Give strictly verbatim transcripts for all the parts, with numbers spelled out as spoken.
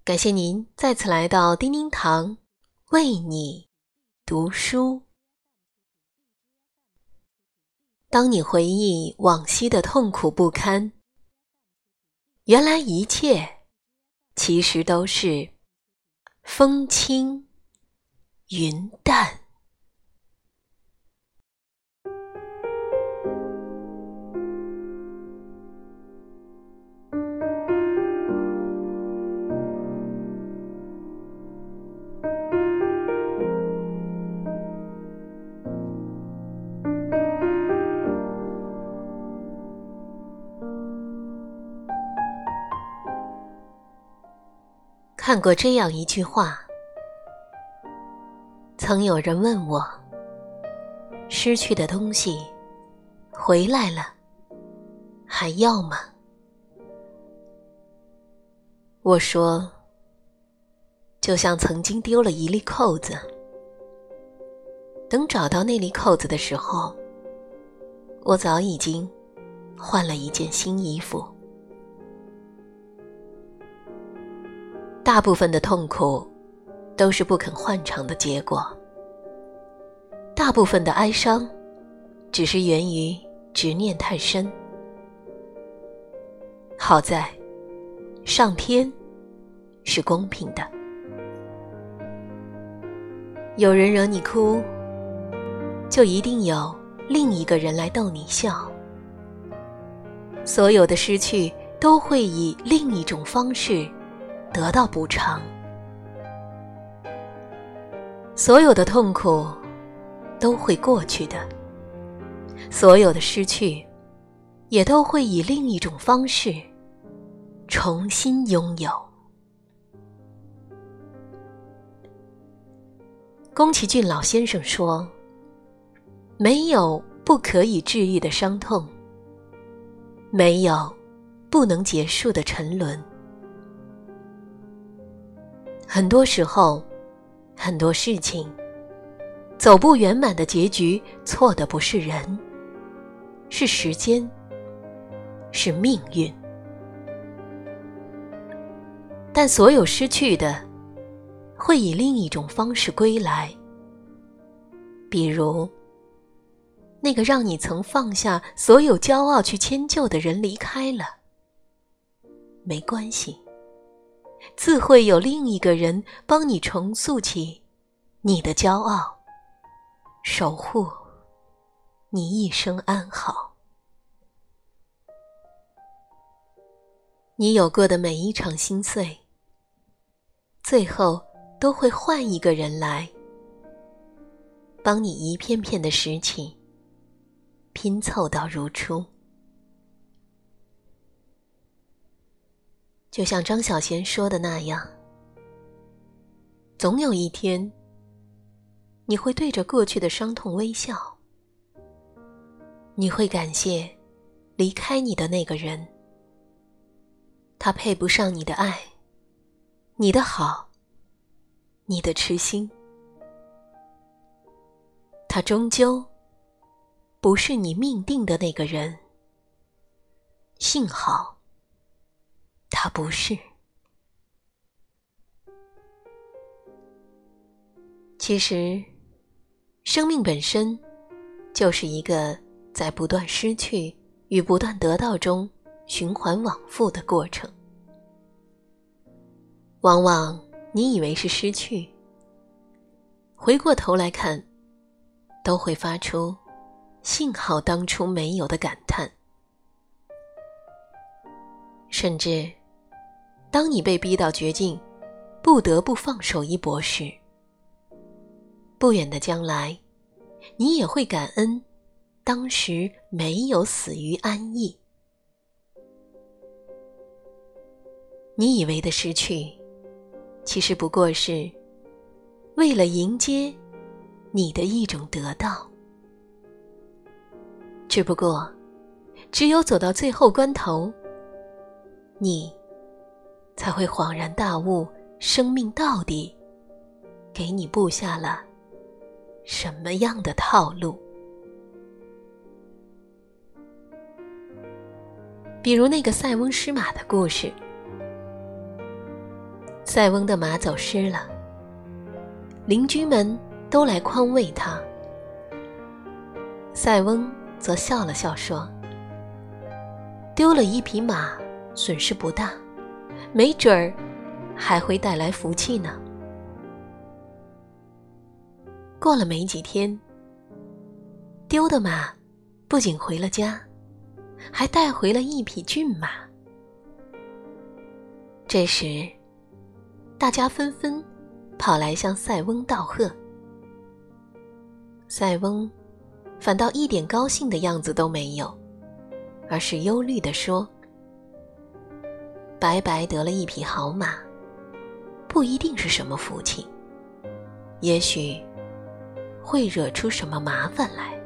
感谢您再次来到叮叮堂，为你读书。当你回忆往昔的痛苦不堪，原来一切其实都是风轻云淡。看过这样一句话，曾有人问我，失去的东西回来了，还要吗？我说，就像曾经丢了一粒扣子，等找到那粒扣子的时候，我早已经换了一件新衣服。大部分的痛苦都是不肯换场的结果，大部分的哀伤只是源于执念太深。好在上天是公平的，有人惹你哭，就一定有另一个人来逗你笑。所有的失去都会以另一种方式得到补偿，所有的痛苦都会过去的，所有的失去也都会以另一种方式重新拥有。宫崎骏老先生说，没有不可以治愈的伤痛，没有不能结束的沉沦。很多时候，很多事情，走不圆满的结局，错的不是人，是时间，是命运。但所有失去的，会以另一种方式归来。比如，那个让你曾放下所有骄傲去迁就的人离开了，没关系，自会有另一个人帮你重塑起你的骄傲，守护你一生安好。你有过的每一场心碎，最后都会换一个人来，帮你一片片的拾起，拼凑到如初。就像张小娴说的那样，总有一天，你会对着过去的伤痛微笑，你会感谢离开你的那个人，他配不上你的爱，你的好，你的痴心，他终究不是你命定的那个人，幸好他不是。其实，生命本身就是一个在不断失去与不断得到中循环往复的过程。往往你以为是失去，回过头来看，都会发出幸好当初没有的感叹。甚至当你被逼到绝境，不得不放手一搏时，不远的将来，你也会感恩当时没有死于安逸。你以为的失去，其实不过是为了迎接你的一种得到。只不过，只有走到最后关头，你才会恍然大悟，生命到底给你布下了什么样的套路。比如那个塞翁失马的故事， 塞翁的马走失了，邻居们都来宽慰他。塞翁则笑了笑说，丢了一匹马，损失不大，没准儿还会带来福气呢。过了没几天，丢的马不仅回了家，还带回了一匹骏马。这时，大家纷纷跑来向塞翁道贺。塞翁反倒一点高兴的样子都没有，而是忧虑地说，白白得了一匹好马，不一定是什么福气，也许会惹出什么麻烦来。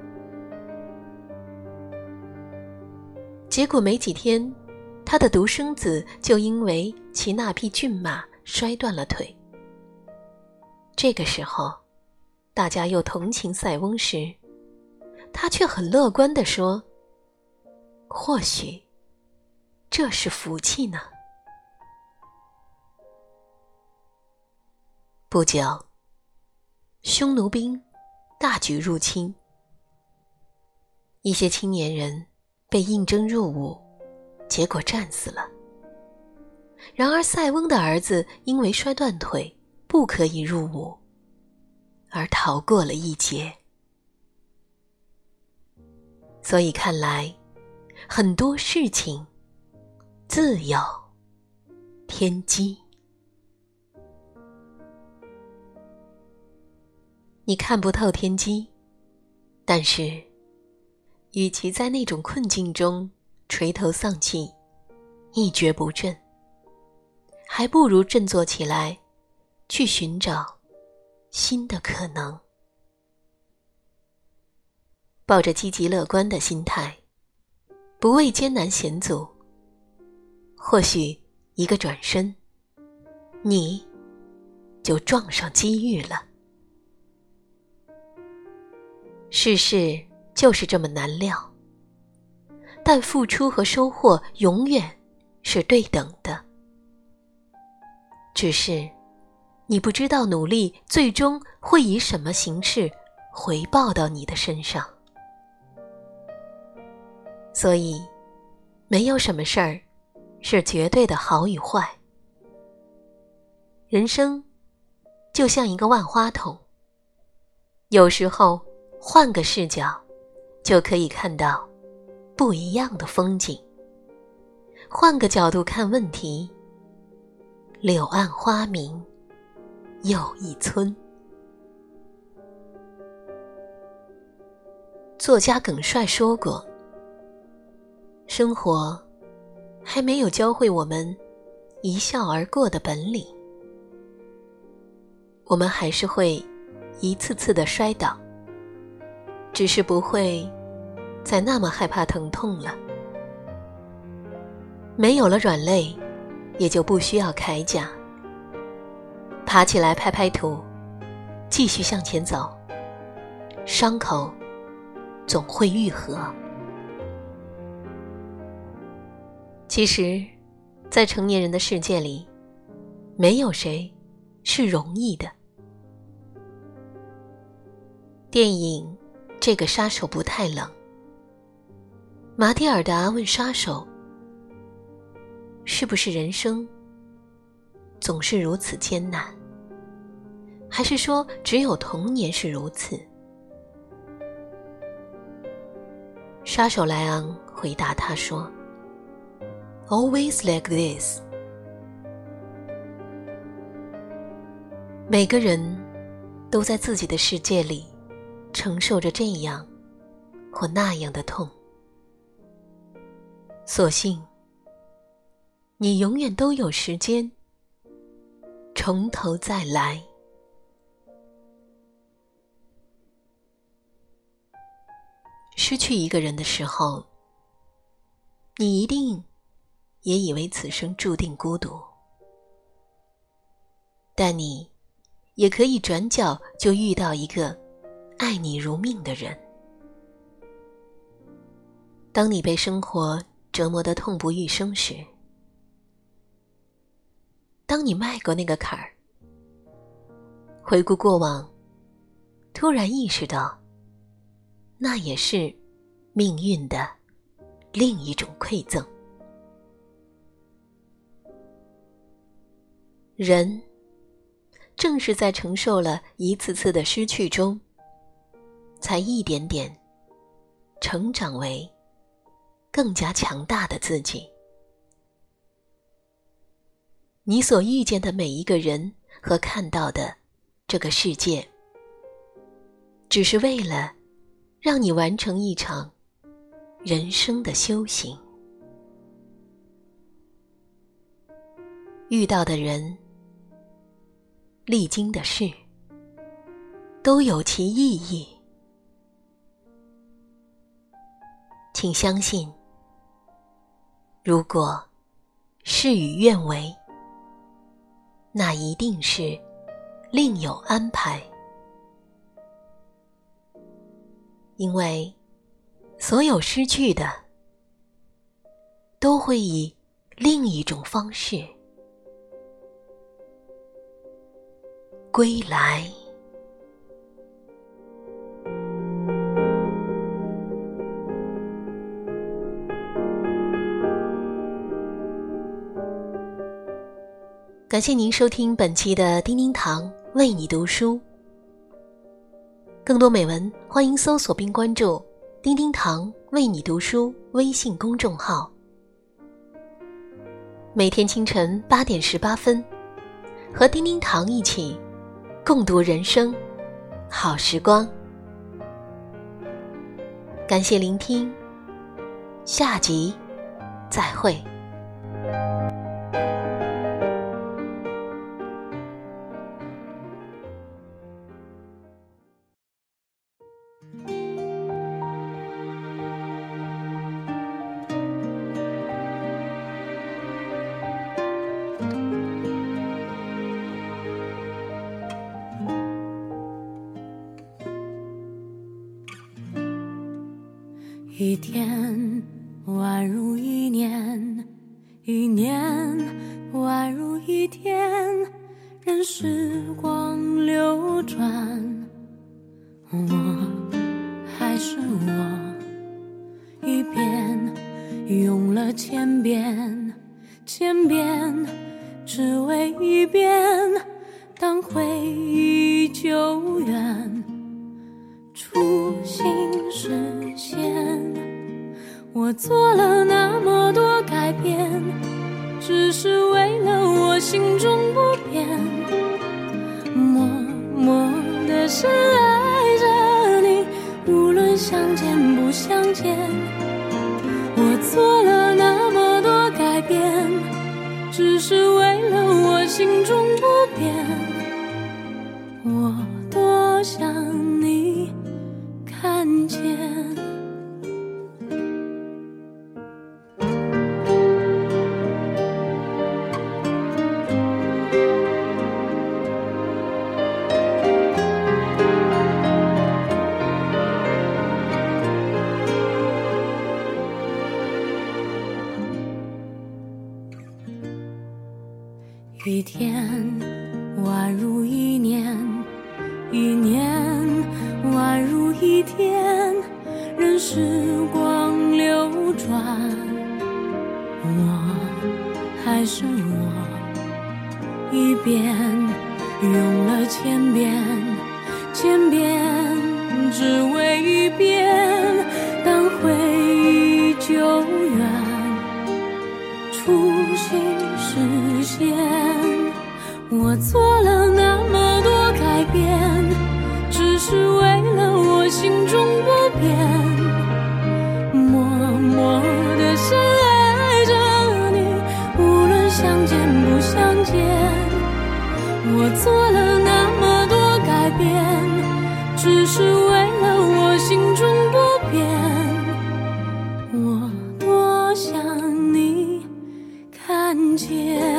结果没几天，他的独生子就因为骑那匹骏马摔断了腿。这个时候，大家又同情塞翁时，他却很乐观地说，或许这是福气呢。不久，匈奴兵大举入侵，一些青年人被应征入伍，结果战死了。然而塞翁的儿子因为摔断腿，不可以入伍，而逃过了一劫。所以看来，很多事情自有天机。你看不透天机，但是与其在那种困境中垂头丧气，一蹶不振，还不如振作起来，去寻找新的可能。抱着积极乐观的心态，不畏艰难险阻，或许一个转身，你就撞上机遇了。世事就是这么难料，但付出和收获永远是对等的。只是你不知道努力最终会以什么形式回报到你的身上。所以没有什么事儿是绝对的好与坏。人生就像一个万花筒，有时候换个视角就可以看到不一样的风景。换个角度看问题，柳暗花明又一村。作家耿帅说过，生活还没有教会我们一笑而过的本领，我们还是会一次次的摔倒，只是不会再那么害怕疼痛了。没有了软肋，也就不需要铠甲。爬起来拍拍土，继续向前走，伤口总会愈合。其实，在成年人的世界里，没有谁是容易的。电影《这个杀手不太冷》，马蒂尔达问杀手，是不是人生总是如此艰难，还是说只有童年是如此？杀手莱昂回答他说， Always like this。 每个人都在自己的世界里承受着这样或那样的痛，所幸你永远都有时间从头再来。失去一个人的时候，你一定也以为此生注定孤独，但你也可以转角就遇到一个爱你如命的人。当你被生活折磨得痛不欲生时， 当你迈过那个坎儿，回顾过往，突然意识到，那也是命运的另一种馈赠。人正是在承受了一次次的失去中，才一点点成长为更加强大的自己。你所遇见的每一个人和看到的这个世界，只是为了让你完成一场人生的修行。遇到的人，历经的事，都有其意义。请相信，如果事与愿违，那一定是另有安排。因为所有失去的，都会以另一种方式归来。感谢您收听本期的叮叮堂为你读书。更多美文，欢迎搜索并关注叮叮堂为你读书微信公众号。每天清晨八点十八分，和叮叮堂一起共读人生好时光。感谢聆听，下集再会。 一天宛如一年，一年宛如一天，任时光流转，我还是我，一遍用了千遍，千遍只为一遍，当回忆久远，初心实现。我做了那么多改变，只是为了我心中不变，默默的深爱着你，无论相见不相见。我做了那么多改变，只是为了我心中不变，我多想你看见。一天宛如一年，一年宛如一天，任时光流转，我还是我，一遍用了千遍，千遍只为一遍，当回忆久远，初心实现。我做了那么多改变，只是为了我心中不变，默默地深爱着你，无论相见不相见。我做了那么多改变，只是为了我心中不变，我多想你看见。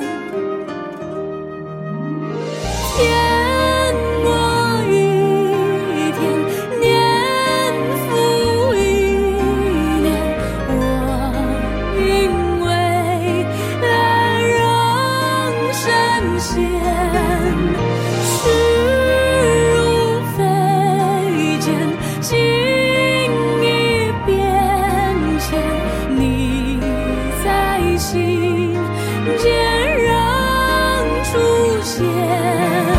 天过一天，年复一年，我因为爱让生现，事如飞剑，心已变迁，你在心间仍出现。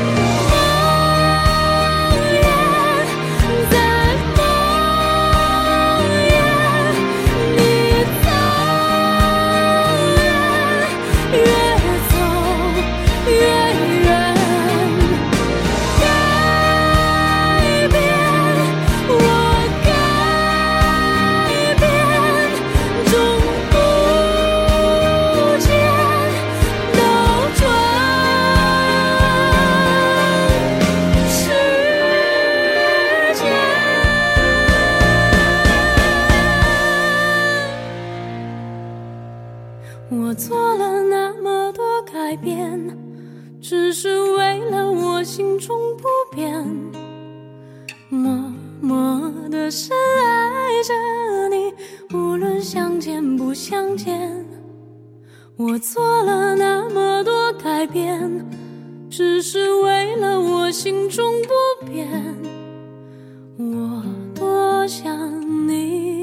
我做了那么多改变，只是为了我心中不变，默默地深爱着你，无论相见不相见。我做了那么多改变，只是为了我心中不变，我多想你。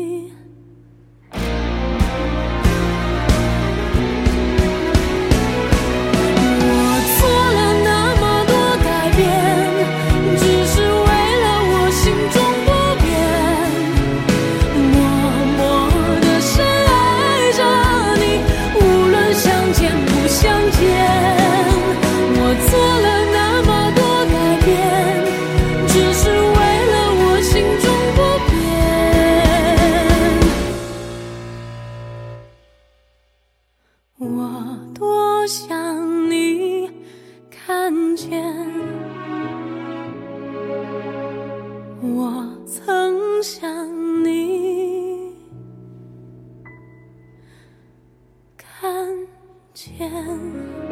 我多想你看见，我曾想你看见。